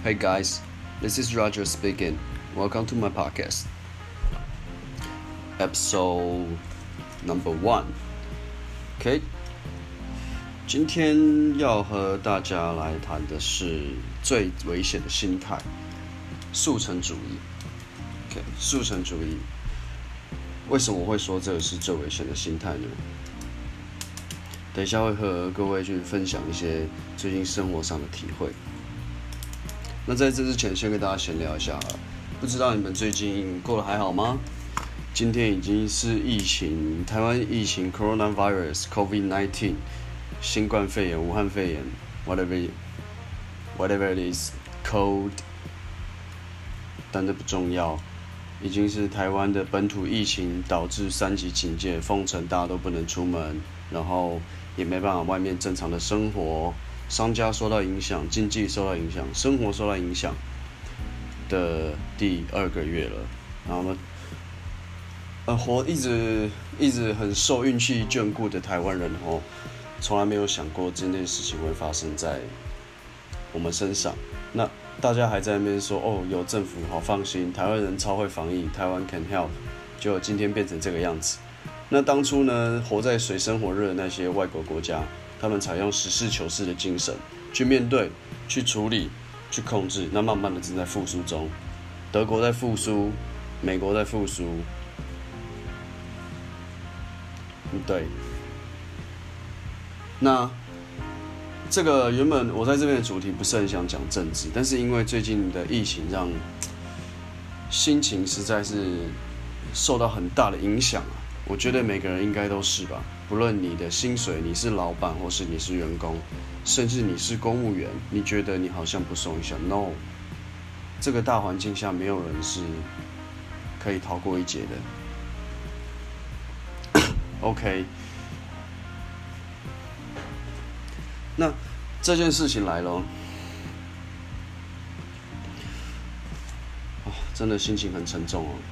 Hey guys, this is Roger speaking. Welcome to my podcast. Episode number 1. OK， 今天要和大家来谈的是最危险的心态——速成主义。OK， 速成主义。为什么我会说这个是最危险的心态呢？等一下会和各位去分享一些最近生活上的体会。那在这之前，先跟大家闲聊一下啊，不知道你们最近过得还好吗？今天已经是疫情，台湾疫情 coronavirus COVID-19 新冠肺炎、武汉肺炎 whatever it is called， 但这不重要，已经是台湾的本土疫情导致3级警戒封城，大家都不能出门，然后也没办法外面正常的生活。商家受到影响，经济受到影响，生活受到影响的第2个月了。然后一直很受运气眷顾的台湾人从来没有想过这件事情会发生在我们身上。那大家还在那边说有政府好放心，台湾人超会防疫，台湾 can help， 就今天变成这个样子。那当初呢，活在水深火热的那些外国国家，他们采用实事求是的精神去面对、去处理、去控制，那慢慢的正在复苏中。德国在复苏，美国在复苏，对。那这个原本我在这边的主题不是很想讲政治，但是因为最近的疫情让心情实在是受到很大的影响啊。我觉得每个人应该都是吧，不论你的薪水，你是老板或是你是员工，甚至你是公务员，你觉得你好像不松一下 ，no， 这个大环境下没有人是可以逃过一劫的。OK， 那这件事情来了，真的心情很沉重哦。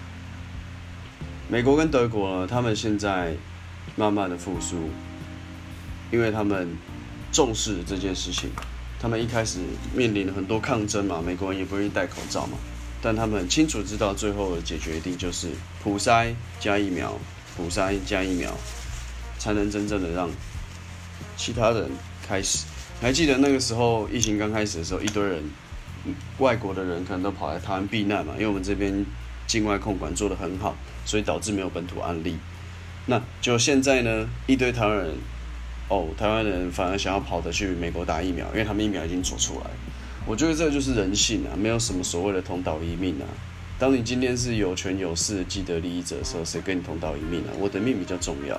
美国跟德国呢，他们现在慢慢的复苏，因为他们重视这件事情。他们一开始面临了很多抗争嘛，美国人也不愿意戴口罩嘛，但他们很清楚知道最后的解决一定就是普筛加疫苗，普筛加疫苗，才能真正的让其他人开始。还记得那个时候疫情刚开始的时候，一堆人，外国的人可能都跑来台湾避难嘛，因为我们这边境外控管做得很好，所以导致没有本土案例。那就现在呢，一堆台湾人，台湾人反而想要跑着去美国打疫苗，因为他们疫苗已经做出来。我觉得这就是人性啊，没有什么所谓的同岛一命啊。当你今天是有权有势的既得利益者的时候，谁跟你同岛一命啊？我的命比较重要。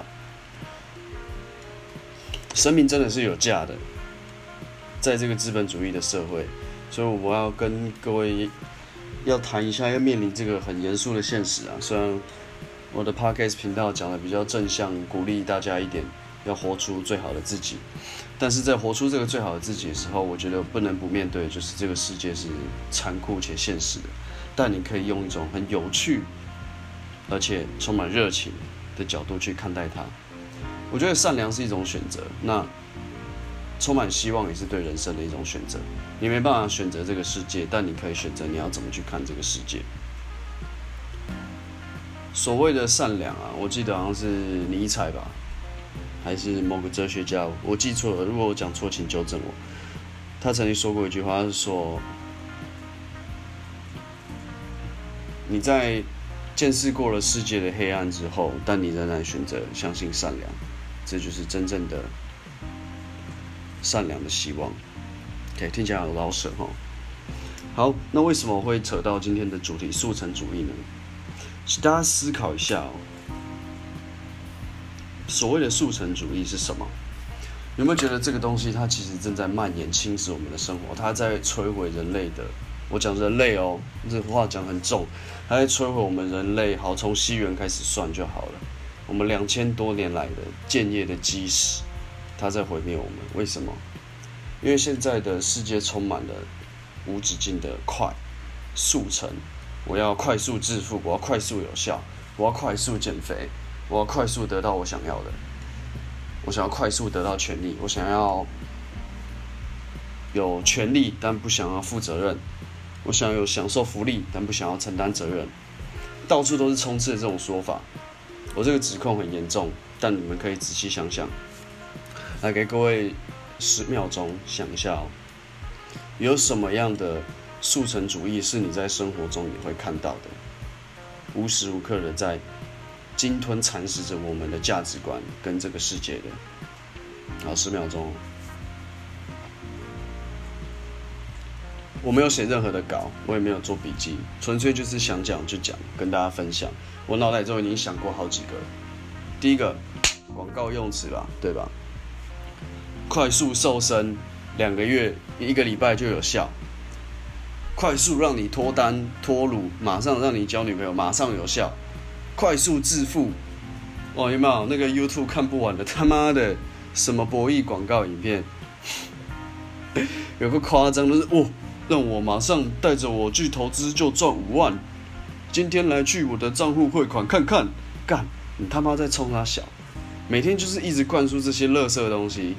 生命真的是有价的，在这个资本主义的社会，所以我要跟各位要谈一下，要面临这个很严肃的现实啊。虽然我的 podcast 频道讲的比较正向，鼓励大家一点，要活出最好的自己。但是在活出这个最好的自己的时候，我觉得不能不面对，就是这个世界是残酷且现实的。但你可以用一种很有趣，而且充满热情的角度去看待它。我觉得善良是一种选择，那充满希望也是对人生的一种选择。你没办法选择这个世界，但你可以选择你要怎么去看这个世界。所谓的善良啊，我记得好像是尼采吧，还是某个哲学家，我记错了，如果我讲错请纠正我。他曾经说过一句话，他是说你在见识过了世界的黑暗之后，但你仍然选择相信善良，这就是真正的善良的希望。OK， 听起来很老舍齁。好，那为什么我会扯到今天的主题速成主义呢？大家思考一下所谓的速成主义是什么？有没有觉得这个东西它其实正在蔓延侵蚀我们的生活？它在摧毁人类的，我讲人类这话讲很重，它在摧毁我们人类。好，从西元开始算就好了，我们2000多年来的建业的基石，它在毁灭我们。为什么？因为现在的世界充满了无止境的速成，我要快速致富，我要快速有效，我要快速减肥，我要快速得到我想要的，我想要快速得到权利，我想要有权利但不想要负责任，我想有享受福利但不想要承担责任，到处都是充斥着这种说法。我这个指控很严重，但你们可以仔细想想。来给各位10秒钟想一下哦，有什么样的速成主义是你在生活中也会看到的，无时无刻的在鲸吞蚕食着我们的价值观跟这个世界的。好，10秒钟。我没有写任何的稿，我也没有做笔记，纯粹就是想讲就讲，跟大家分享。我脑袋中已经想过好几个。第一个，广告用词啦，对吧？快速瘦身，2个月、1个礼拜就有效。快速让你脱单脱乳，马上让你交女朋友，马上有效。快速致富，哦，有没有那个 YouTube 看不完的他妈的什么博弈广告影片？有个夸张的是哦。让我马上带着我去投资就赚5万，今天来去我的账户汇款看看，干你他妈在冲他小，每天就是一直灌输这些垃圾的东西，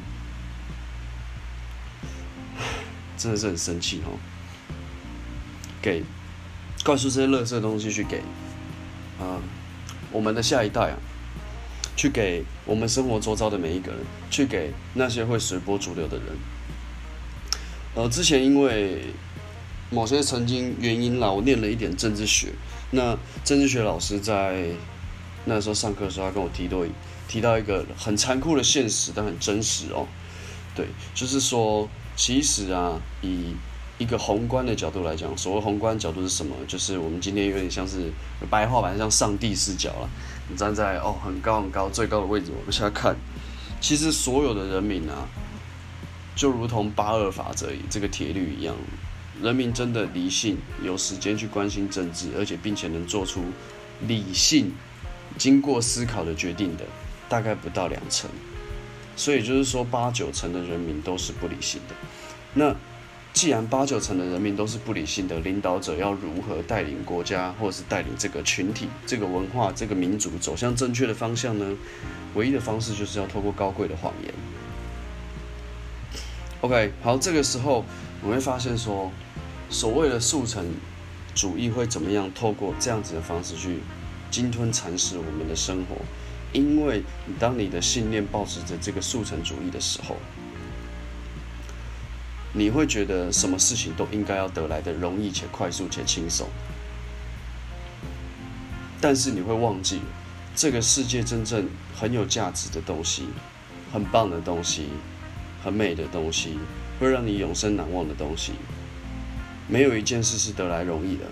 真的是很生气哦。给灌输这些垃圾的东西去给我们的下一代啊，去给我们生活周遭的每一个人，去给那些会随波逐流的人。之前因为某些曾经原因啦，我念了一点政治学。那政治学老师在那时候上课的时候，他跟我提到一个很残酷的现实，但很真实哦。对，就是说，其实啊，以一个宏观的角度来讲，所谓宏观角度是什么？就是我们今天有点像是白话版，像上帝视角啦。你站在很高很高最高的位置往下看，其实所有的人民啊。就如同8·2法则这个铁律一样，人民真的理性，有时间去关心政治，而且并且能做出理性、经过思考的决定的，大概不到2成。所以就是说，8-9成的人民都是不理性的。那既然8-9成的人民都是不理性的，领导者要如何带领国家，或者是带领这个群体、这个文化、这个民族走向正确的方向呢？唯一的方式就是要透过高贵的谎言。OK， 好，这个时候我们会发现说，所谓的速成主义会怎么样透过这样子的方式去鲸吞蚕食我们的生活？因为当你的信念抱持着这个速成主义的时候，你会觉得什么事情都应该要得来的容易且快速且轻松，但是你会忘记这个世界真正很有价值的东西，很棒的东西。很美的东西，会让你永生难忘的东西，没有一件事是得来容易的。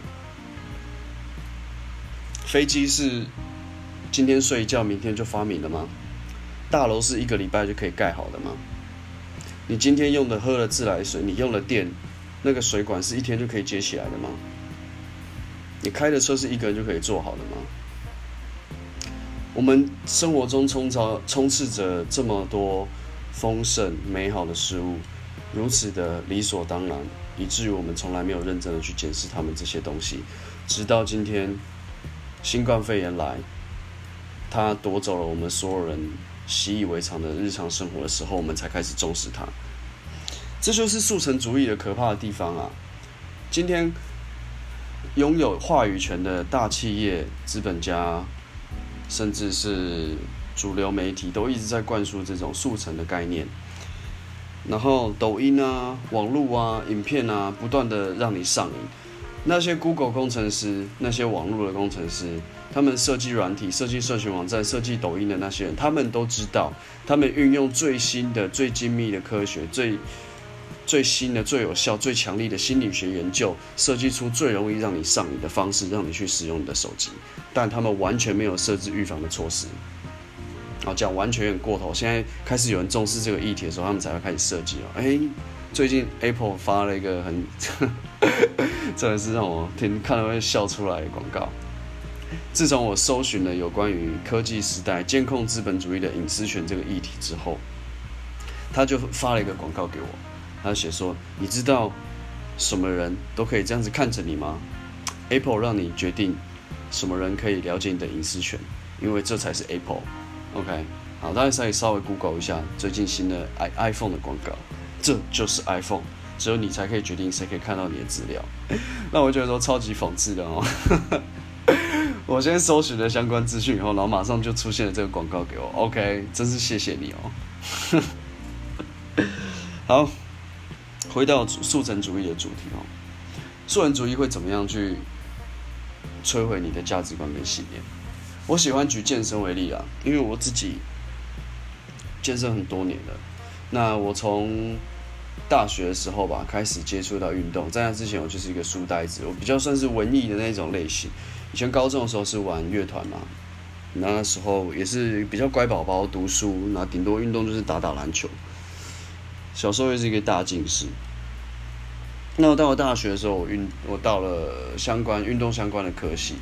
飞机是今天睡一觉，明天就发明了吗？大楼是1个礼拜就可以盖好的吗？你今天喝了自来水，你用了电，那个水管是1天就可以接起来的吗？你开的车是1个人就可以做好的吗？我们生活中充斥着这么多丰盛美好的事物，如此的理所当然，以至于我们从来没有认真的去检视他们这些东西，直到今天新冠肺炎来，它夺走了我们所有人习以为常的日常生活的时候，我们才开始重视它。这就是速成主义的可怕的地方啊！今天拥有话语权的大企业、资本家，甚至是主流媒体都一直在灌输这种速成的概念，然后抖音啊、网络啊、影片啊，不断的让你上瘾。那些 Google 工程师、那些网络的工程师，他们设计软体、设计社群网站、设计抖音的那些人，他们都知道，他们运用最新的、最精密的科学、最新的、最有效、最强力的心理学研究，设计出最容易让你上瘾的方式，让你去使用你的手机。但他们完全没有设置预防的措施。讲完全有点过头。现在开始有人重视这个议题的时候，他们才会开始设计最近 Apple 发了一个很真的是让我看了会笑出来的广告。自从我搜寻了有关于科技时代监控资本主义的隐私权这个议题之后，他就发了一个广告给我，他写说：“你知道什么人都可以这样子看着你吗？ Apple 让你决定什么人可以了解你的隐私权，因为这才是 Apple。”OK， 好，大家可以稍微 Google 一下最近新的 iPhone 的广告，这就是 iPhone。 只有你才可以决定谁可以看到你的资料。那我觉得说超級讽刺的哦。我先搜寻了相关资讯以后，然后马上就出现了这个广告给我。OK， 真是谢谢你哦。好，回到速成主义的主题哦。速成主义会怎么样去摧毁你的价值观跟信念？我喜欢举健身为例啦，因为我自己健身很多年了。那我从大学的时候吧开始接触到运动，在那之前我就是一个书呆子，我比较算是文艺的那种类型。以前高中的时候是玩乐团嘛，那时候也是比较乖宝宝，读书，那顶多运动就是打打篮球。小时候也是一个大近视。那我到了大学的时候，我到了运动相关的科系。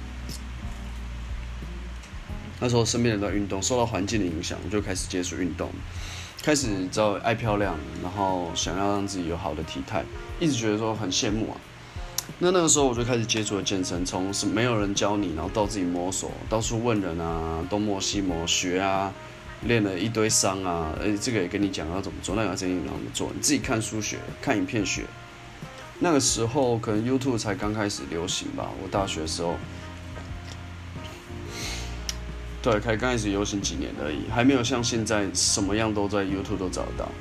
那时候身边人都在运动，受到环境的影响，我就开始接触运动，开始知道爱漂亮，然后想要让自己有好的体态，一直觉得说很羡慕啊。那个时候我就开始接触了健身，从没有人教你，然后到自己摸索，到处问人啊，东摸西摸学啊，练了一堆伤啊，这个也跟你讲要怎么做，那个要怎么做，你自己看书学，看影片学。那个时候可能 YouTube 才刚开始流行吧，我大学的时候，对，刚开始流行几年而已，还没有像现在什么样都在 YouTube 都找得到。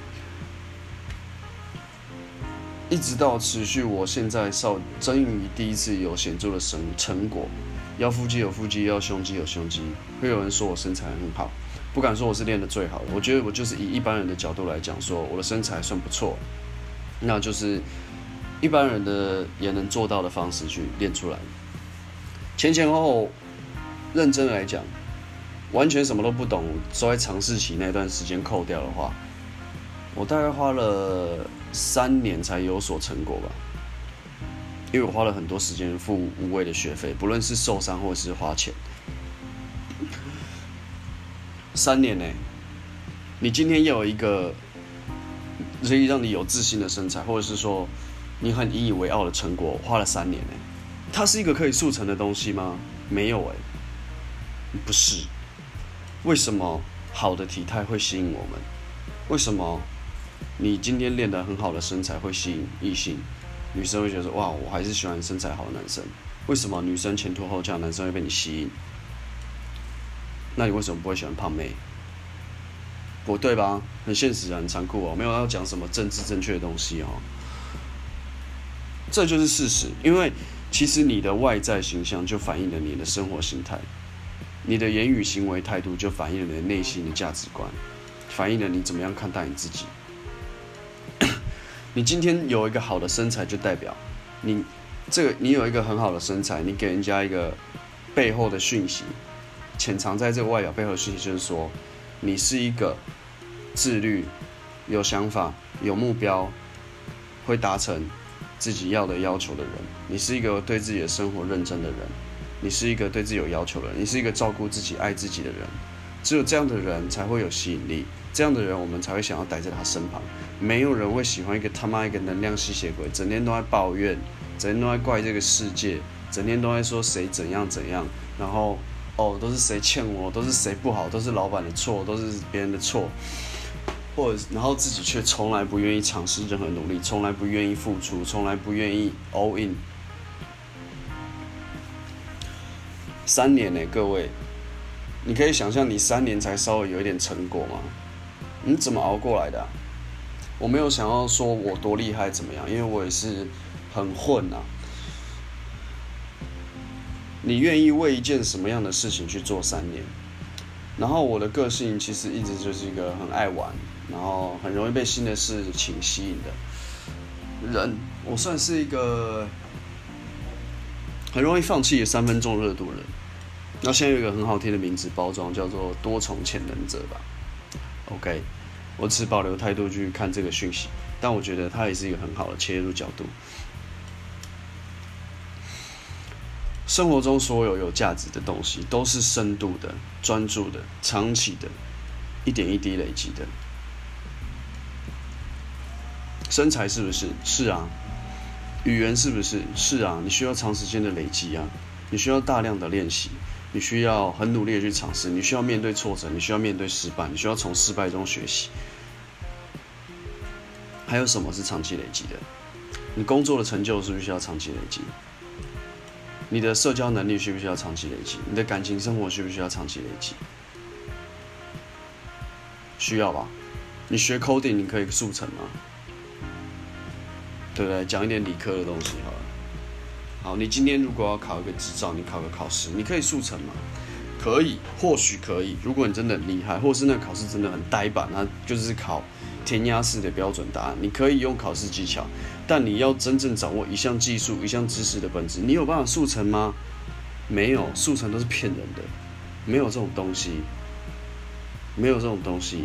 一直到持续，我现在终于第一次有显著的成果，腰腹肌有腹肌，腰胸肌有胸肌。会有人说我身材很好，不敢说我是练得最好的，我觉得我就是以一般人的角度来讲，说我的身材算不错，那就是一般人的也能做到的方式去练出来。前后后认真的来讲，完全什么都不懂，都在尝试期那段时间扣掉的话，我大概花了3年才有所成果吧。因为我花了很多时间付无谓的学费，不论是受伤或是花钱。3年呢，你今天要有一个可以让你有自信的身材，或者是说你很引以为傲的成果，花了3年呢，它是一个可以速成的东西吗？没有哎，不是。为什么好的体态会吸引我们？为什么你今天练得很好的身材会吸引异性？女生会觉得说哇，我还是喜欢身材好的男生。为什么女生前凸后翘，男生会被你吸引？那你为什么不会喜欢胖妹？不对吧？很现实啊，很残酷哦，没有要讲什么政治正确的东西哦。这就是事实，因为其实你的外在形象就反映了你的生活形态，你的言语行为态度就反映了你的内心的价值观，反映了你怎么样看待你自己。你今天有一个好的身材，就代表你有一个很好的身材，你给人家一个背后的讯息，潜藏在这个外表背后的讯息，就是说你是一个自律、有想法、有目标、会达成自己要的要求的人。你是一个对自己的生活认真的人，你是一个对自己有要求的人，你是一个照顾自己、爱自己的人。只有这样的人才会有吸引力，这样的人我们才会想要待在他身旁。没有人会喜欢一个他妈一个能量吸血鬼，整天都在抱怨，整天都在怪这个世界，整天都在说谁怎样怎样，然后都是谁欠我，都是谁不好，都是老板的错，都是别人的错，然后自己却从来不愿意尝试任何努力，从来不愿意付出，从来不愿意 all in。3年呢，各位，你可以想象你3年才稍微有一点成果吗？你怎么熬过来的啊？我没有想要说我多厉害怎么样，因为我也是很混啊。你愿意为一件什么样的事情去做3年？然后我的个性其实一直就是一个很爱玩，然后很容易被新的事情吸引的人。我算是一个很容易放弃的3分钟热度人。那现在有一个很好听的名字包装，叫做多重潜能者吧。OK， 我持保留态度去看这个讯息，但我觉得它也是一个很好的切入角度。生活中所有有价值的东西，都是深度的、专注的、长期的、一点一滴累积的。身材是不是？是啊。语言是不是？是啊。你需要长时间的累积啊，你需要大量的练习，你需要很努力的去尝试，你需要面对挫折，你需要面对失败，你需要从失败中学习。还有什么是长期累积的？ 你工作的成就是不是需要长期累积？你的社交能力需不需要长期累积？你的感情生活需不需要长期累积？需要吧？你学 coding 你可以速成吗？对不对？讲一点理科的东西好了。好，你今天如果要考一个执照，你考个考试，你可以速成吗？可以，或许可以。如果你真的很厉害，或是那个考试真的很呆板，那就是考填鸭式的标准答案，你可以用考试技巧。但你要真正掌握一项技术、一项知识的本质，你有办法速成吗？没有，速成都是骗人的，没有这种东西，没有这种东西。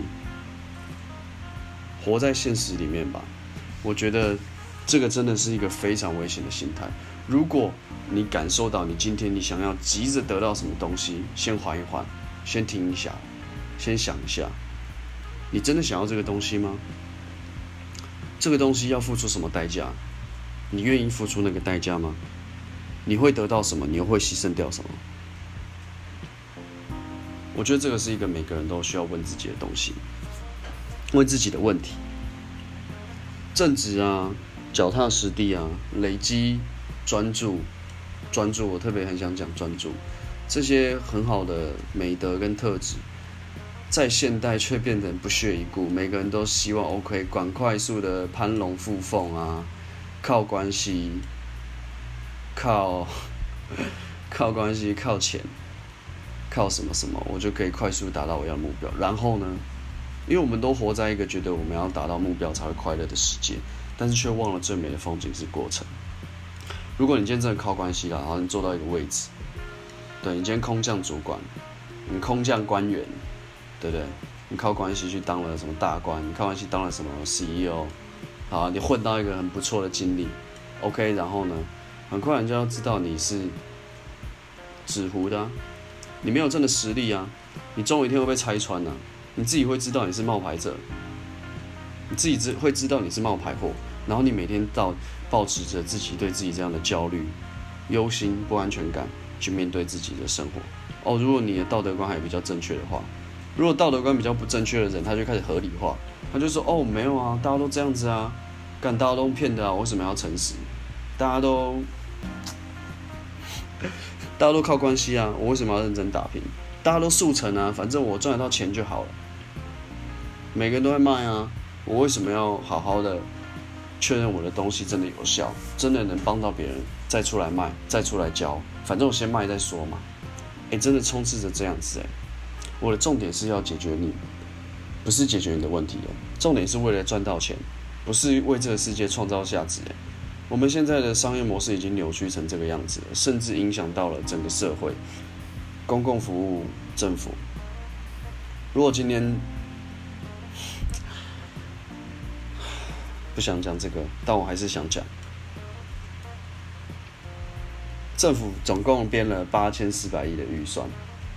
活在现实里面吧，我觉得这个真的是一个非常危险的心态。如果你感受到你今天你想要急着得到什么东西，先缓一缓，先停一下，先想一下，你真的想要这个东西吗？这个东西要付出什么代价？你愿意付出那个代价吗？你会得到什么？你又会牺牲掉什么？我觉得这个是一个每个人都需要问自己的东西，问自己的问题。正直啊，脚踏实地啊，累积专注，我特别很想讲专注，这些很好的美德跟特质，在现代却变成不屑一顾。每个人都希望 OK， 赶快速的攀龙附凤啊，靠关系，靠关系，靠钱，靠什么什么，我就可以快速达到我要的目标。然后呢，因为我们都活在一个觉得我们要达到目标才会快乐的世界，但是却忘了最美的风景是过程。如果你今天真的靠关系啦，然后你做到一个位置，对，你今天空降主管，你空降官员，对不对？你靠关系去当了什么大官，你靠关系当了什么 CEO， 好，你混到一个很不错的经历 ，OK， 然后呢，很快人就要知道你是纸糊的啊，你没有真的实力啊，你总有一天会被拆穿啊，你自己会知道你是冒牌者，你自己会知道你是冒牌货，然后你每天抱持着自己对自己这样的焦虑、忧心、不安全感去面对自己的生活。如果你的道德观还比较正确的话，如果道德观比较不正确的人，他就开始合理化，他就说没有啊，大家都这样子啊，大家都骗的啊，我为什么要诚实？大家都靠关系啊，我为什么要认真打拼？大家都速成啊，反正我赚得到钱就好了。每个人都在卖啊，我为什么要好好的确认我的东西真的有效，真的能帮到别人，再出来卖，再出来教，反正我先卖再说嘛。真的充斥着这样子我的重点是要解决你，不是解决你的问题重点是为了赚到钱，不是为这个世界创造价值我们现在的商业模式已经扭曲成这个样子了，甚至影响到了整个社会、公共服务、政府。如果今天不想讲这个，但我还是想讲，政府总共编了8400亿的预算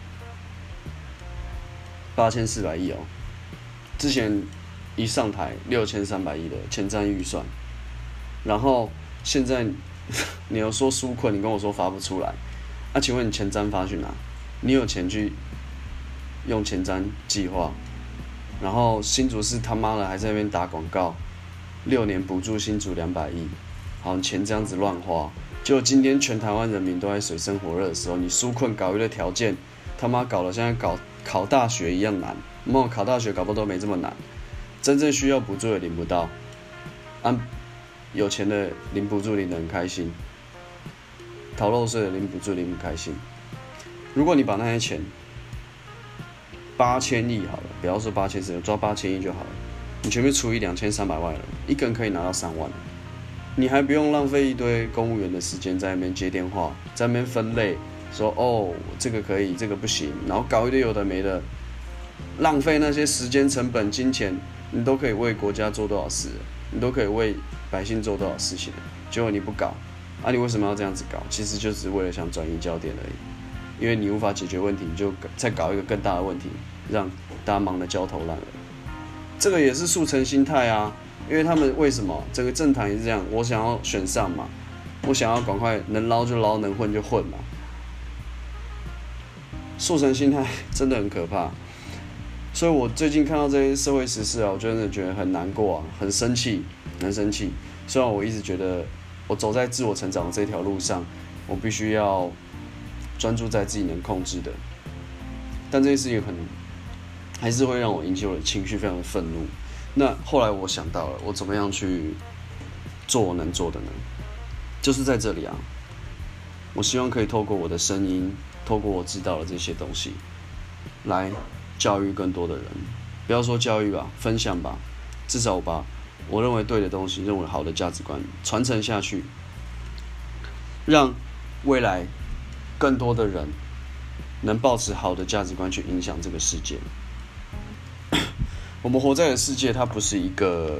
，8400亿之前一上台6300亿的前瞻预算，然后现在你要说纾困，你跟我说发不出来，请问你前瞻发去哪？你有钱去用前瞻计划，然后新竹市他妈的还在那边打广告，6年补助新竹200亿，好，钱这样子乱花，结果今天全台湾人民都在水深火热的时候，你纾困搞一个条件，他妈搞了现在考大学一样难，考大学搞不好都没这么难，真正需要补助的领不到，有钱的领补助领得很开心，逃漏税的领补助领不开心。如果你把那些钱8000亿好了，不要说8000亿，抓8000亿就好了，你全部除以2300万人，一个人可以拿到3万，你还不用浪费一堆公务员的时间在那边接电话，在那边分类，说这个可以，这个不行，然后搞一堆有的没的，浪费那些时间成本、金钱，你都可以为国家做多少事，你都可以为百姓做多少事情，结果你不搞，你为什么要这样子搞？其实就只是为了想转移焦点而已。因为你无法解决问题，你就再搞一个更大的问题，让大家忙得焦头烂额。这个也是速成心态啊，因为他们为什么整个政坛也是这样？我想要选上嘛，我想要赶快能捞就捞，能混就混嘛。速成心态真的很可怕，所以我最近看到这些社会时事我真的觉得很难过很生气。 很生气。虽然我一直觉得我走在自我成长这条路上，我必须要专注在自己能控制的，但这件事情还是会让我引起我的情绪非常的愤怒。那后来我想到了，我怎么样去做我能做的呢？就是在这里啊，我希望可以透过我的声音，透过我知道的这些东西，来教育更多的人。不要说教育吧，分享吧，至少我把我认为对的东西，认为好的价值观传承下去，让未来更多的人能抱持好的价值观去影响这个世界。我们活在的世界，它不是一个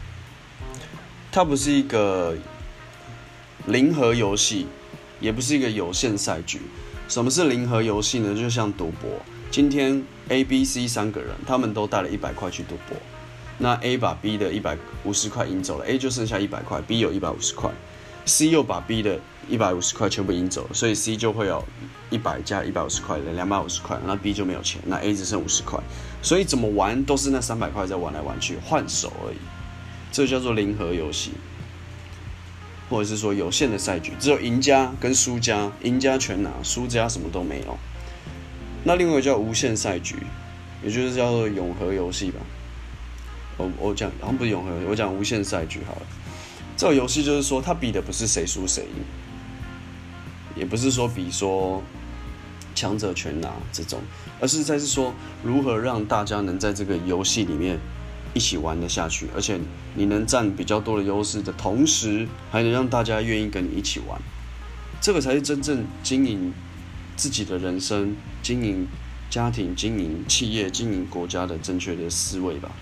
零和游戏，也不是一个有限赛局。什么是零和游戏呢？就像赌博，今天 A、B、C 3个人，他们都带了100块去赌博，那 A 把 B 的150块赢走了 ，A 就剩下100块 ，B 有150块 ，C 又把 B 的150块全部赢走了，所以 C 就会有100加150块的250块，那 B 就没有钱，那 A 只剩50块，所以怎么玩都是那300块在玩来玩去，换手而已，这叫做零和游戏。或者是说有限的赛局，只有赢家跟输家，赢家全拿，输家什么都没有。那另外一个叫无限赛局，也就是叫做永和游戏吧。我讲好像不是永和，我讲无限赛局好了。这个游戏就是说，它比的不是谁输谁赢，也不是说比说强者全拿这种，而是在是说如何让大家能在这个游戏里面一起玩得下去，而且你能占比较多的优势的同时，还能让大家愿意跟你一起玩，这个才是真正经营自己的人生、经营家庭、经营企业、经营国家的正确的思维吧。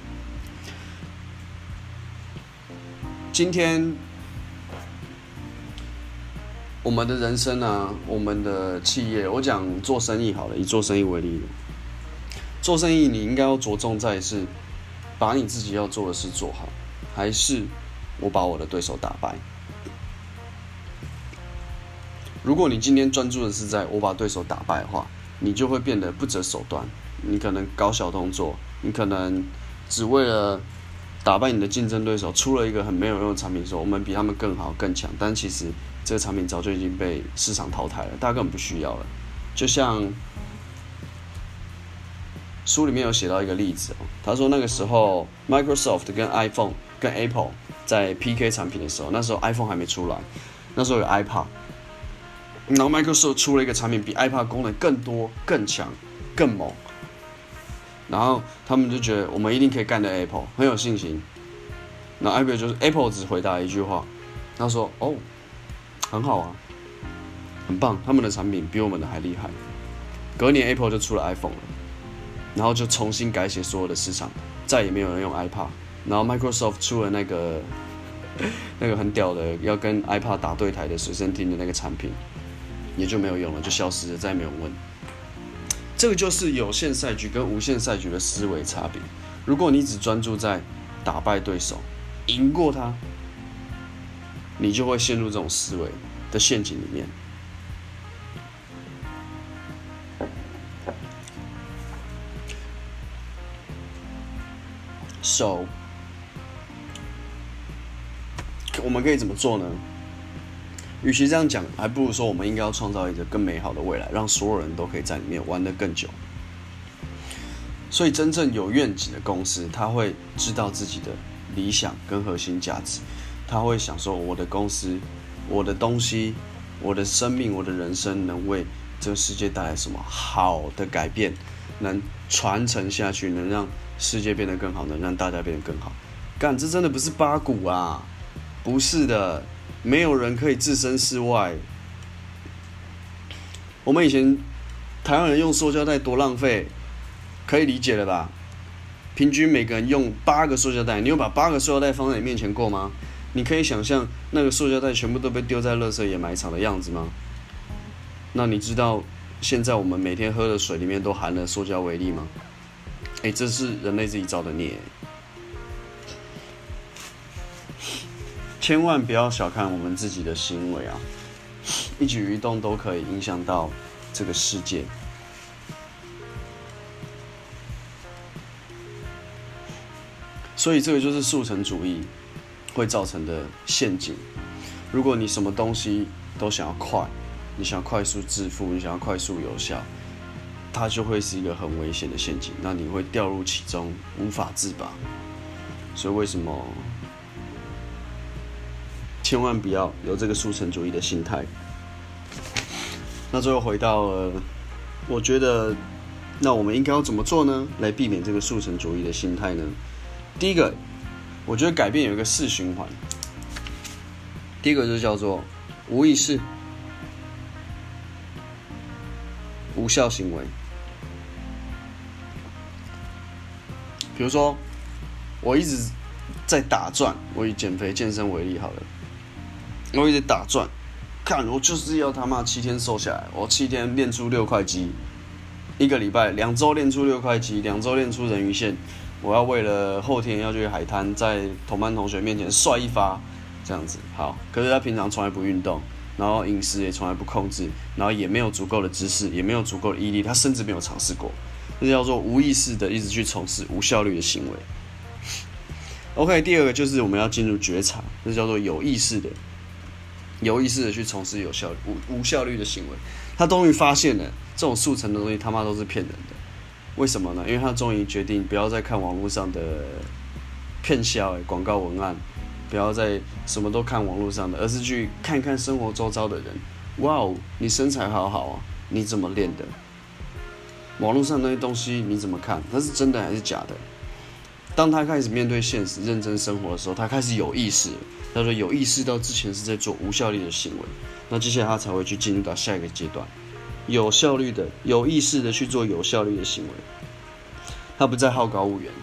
今天我们的人生啊，我们的企业，我讲做生意好了，以做生意为例，做生意你应该要着重在是把你自己要做的事做好，还是我把我的对手打败？如果你今天专注的是在我把对手打败的话，你就会变得不择手段。你可能搞小动作，你可能只为了打败你的竞争对手，出了一个很没有用的产品，说我们比他们更好更强，但其实这个产品早就已经被市场淘汰了，大家根本不需要了。就像书里面有写到一个例子，他说那个时候 Microsoft 跟 iPhone 跟 Apple 在 PK 产品的时候，那时候 iPhone 还没出来，那时候有 iPad， 然后 Microsoft 出了一个产品比 iPad 功能更多、更强、更猛，然后他们就觉得我们一定可以干掉 Apple， 很有信心。然后 Apple 只回答一句话，他说：“哦，很好啊，很棒，他们的产品比我们的还厉害。”隔年 Apple 就出了 iPhone 了。然后就重新改写所有的市场，再也没有人用 iPad。然后 Microsoft 出了那个很屌的要跟 iPad 打对台的随身听的那个产品，也就没有用了，就消失了，再也没有人问。这个就是有限赛局跟无限赛局的思维差别。如果你只专注在打败对手、赢过他，你就会陷入这种思维的陷阱里面。So， 我们可以怎么做呢？与其这样讲，还不如说我们应该要创造一个更美好的未来，让所有人都可以在里面玩得更久。所以，真正有愿景的公司，他会知道自己的理想跟核心价值，他会想说：我的公司、我的东西、我的生命、我的人生，能为这个世界带来什么好的改变，能传承下去，能让世界变得更好，能让大家变得更好。干，这真的不是八股啊，不是的，没有人可以置身事外。我们以前台湾人用塑胶袋多浪费，可以理解了吧？平均每个人用8个塑胶袋，你有把8个塑胶袋放在你面前过吗？你可以想象那个塑胶袋全部都被丢在垃圾掩埋场的样子吗？那你知道现在我们每天喝的水里面都含了塑胶微粒吗？这是人类自己造的孽。千万不要小看我们自己的行为啊，一举一动都可以影响到这个世界。所以这个就是速成主义。 会造成的陷阱。如果你什么东西都想要快，你想要快速致富，你想要快速有效，它就会是一个很危险的陷阱，那你会掉入其中，无法自拔。所以为什么千万不要有这个速成主义的心态？那最后回到了，我觉得，那我们应该要怎么做呢？来避免这个速成主义的心态呢？第一个，我觉得改变有一个4循环。第一个就叫做无意识、无效行为。比如说，我一直在打转，我以减肥健身为例好了，我一直打转，看我就是要他妈7天瘦下来，我7天练出6块肌，1个礼拜2周练出6块肌，2周练出人鱼线，我要为了后天要去海滩，在同班同学面前帅一发，这样子好。可是他平常从来不运动，然后饮食也从来不控制，然后也没有足够的知识，也没有足够的毅力，他甚至没有尝试过，这叫做无意识的一直去从事无效率的行为。OK， 第二个就是我们要进入觉察，这叫做有意识的去从事无效率的行为。他终于发现了这种速成的东西他妈都是骗人的，为什么呢？因为他终于决定不要再看网络上的骗销广告文案，不要再什么都看网络上的，而是去看看生活周遭的人。哇哦，你身材好好啊，你怎么练的？网络上那些东西你怎么看？它是真的还是假的？当他开始面对现实、认真生活的时候，他开始有意识了。他说有意识到之前是在做无效率的行为，那接下来他才会去进入到下一个阶段，有效率的、有意识的去做有效率的行为。他不再好高骛远，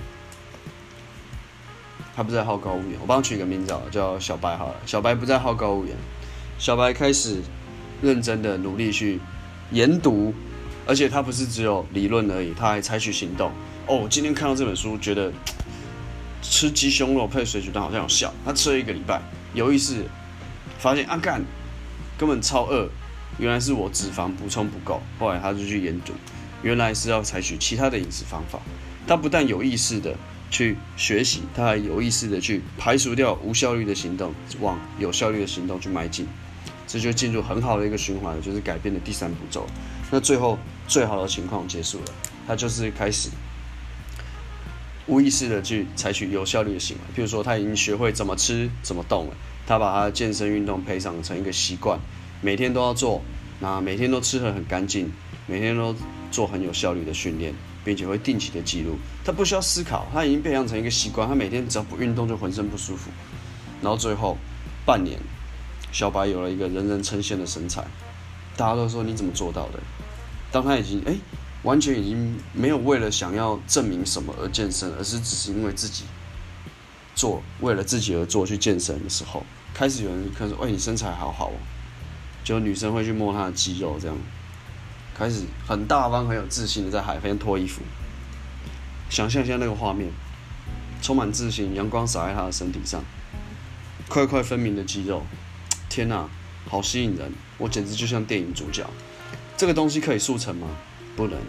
我帮他取个名字好了，叫小白好了。小白不再好高骛远，小白开始认真的努力去研读，而且他不是只有理论而已，他还采取行动。哦，今天看到这本书，觉得吃鸡胸肉配水煮蛋好像有效。他吃了1个礼拜，有意识发现干根本超饿，原来是我脂肪补充不够。后来他就去研读，原来是要采取其他的饮食方法。他不但有意识的去学习，他还有意识的去排除掉无效率的行动，往有效率的行动去迈进。这就进入很好的一个循环，就是改变的第3步骤。那最后最好的情况结束了，他就是开始无意识的去采取有效率的行为。譬如说他已经学会怎么吃怎么动了，他把他的健身运动培养成一个习惯，每天都要做，那每天都吃得很干净，每天都做很有效率的训练，并且会定期的记录。他不需要思考，他已经培养成一个习惯，他每天只要不运动就浑身不舒服。然后最后半年，小白有了一个人人称羡的身材，大家都说你怎么做到的？当他已经完全已经没有为了想要证明什么而健身，而是只是因为自己做，为了自己而做去健身的时候，开始有人看说，你身材好好哦，就女生会去摸他的肌肉，这样开始很大方、很有自信的在海边脱衣服。想象一下那个画面，充满自信，阳光洒在他的身体上，块块分明的肌肉，天哪，好吸引人！我简直就像电影主角。这个东西可以速成吗？不能。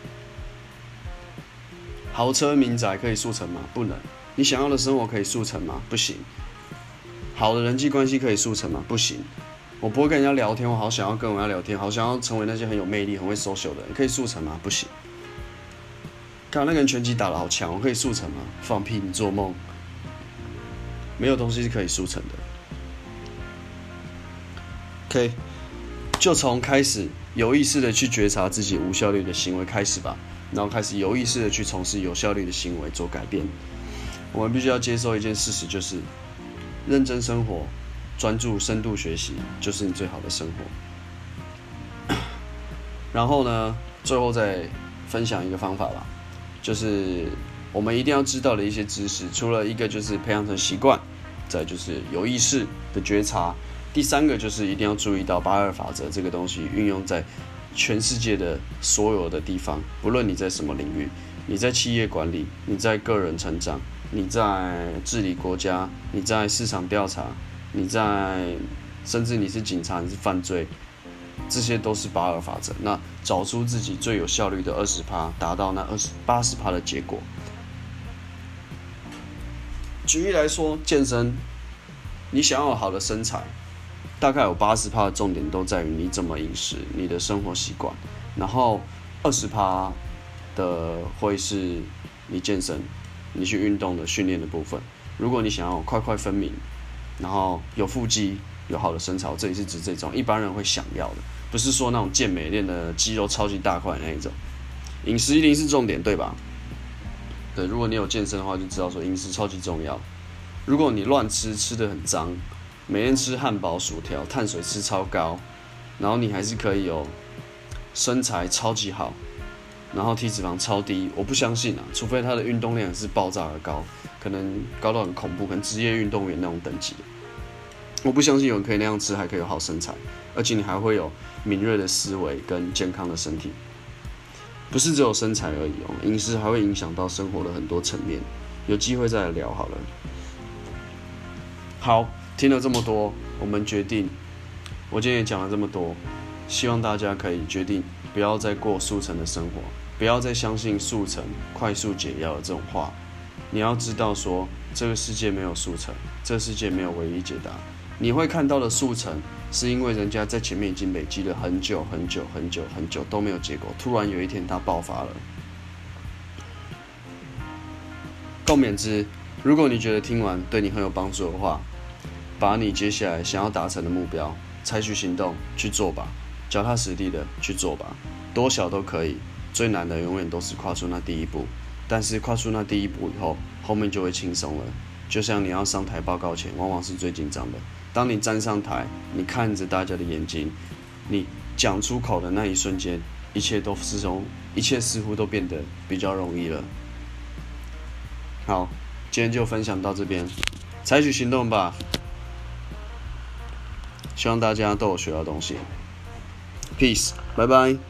豪车民宅可以速成吗？不能。你想要的生活可以速成吗？不行。好的人际关系可以速成吗？不行。我不会跟人家聊天，我好想要跟人家聊天，好想要成为那些很有魅力、很会 social 的人，可以速成吗？不行。看那个人拳击打得好强，我可以速成吗？放屁，你做梦。没有东西是可以速成的。OK， 就从开始有意识的去觉察自己无效率的行为开始吧，然后开始有意识的去从事有效率的行为做改变。我们必须要接受一件事实，就是认真生活、专注、深度学习，就是你最好的生活。然后呢，最后再分享一个方法吧，就是我们一定要知道的一些知识，除了一个就是培养成习惯，再就是有意识的觉察。第3个就是一定要注意到8·2法则这个东西运用在全世界的所有的地方，不论你在什么领域，你在企业管理，你在个人成长，你在治理国家，你在市场调查，甚至你是警察，你是犯罪，这些都是8·2法则。那找出自己最有效率的20%，达到那80%的结果。举例来说，健身你想要有好的身材，大概有80%的重点都在于你怎么饮食，你的生活习惯，然后20%的会是你健身、你去运动的训练的部分。如果你想要块块分明，然后有腹肌、有好的身材，这里是指这种一般人会想要的，不是说那种健美练的肌肉超级大块的那一种。饮食一定是重点，对吧？对，如果你有健身的话，就知道说饮食超级重要。如果你乱吃，吃得很脏，每天吃汉堡、薯条，碳水吃超高，然后你还是可以有身材超级好，然后体脂肪超低，我不相信啊，除非他的运动量是爆炸的高，可能高到很恐怖，可能职业运动员那种等级。我不相信有人可以那样吃还可以有好身材，而且你还会有敏锐的思维跟健康的身体。不是只有身材而已哦，饮食还会影响到生活的很多层面。有机会再来聊好了。好，听了这么多，我们决定，我今天也讲了这么多，希望大家可以决定不要再过速成的生活，不要再相信速成、快速解药的这种话。你要知道说，这个世界没有速成，这个世界没有唯一解答。你会看到的速成，是因为人家在前面已经累积了很久很久很久很久都没有结果，突然有一天它爆发了。共勉之，如果你觉得听完对你很有帮助的话，把你接下来想要达成的目标采取行动去做吧，脚踏实地的去做吧，多小都可以，最难的永远都是跨出那第一步，但是跨出那第一步以后，后面就会轻松了。就像你要上台报告前，往往是最紧张的。当你站上台，你看着大家的眼睛，你讲出口的那一瞬间，一切似乎都变得比较容易了。好，今天就分享到这边，采取行动吧。希望大家都有学到东西。Peace， 拜拜。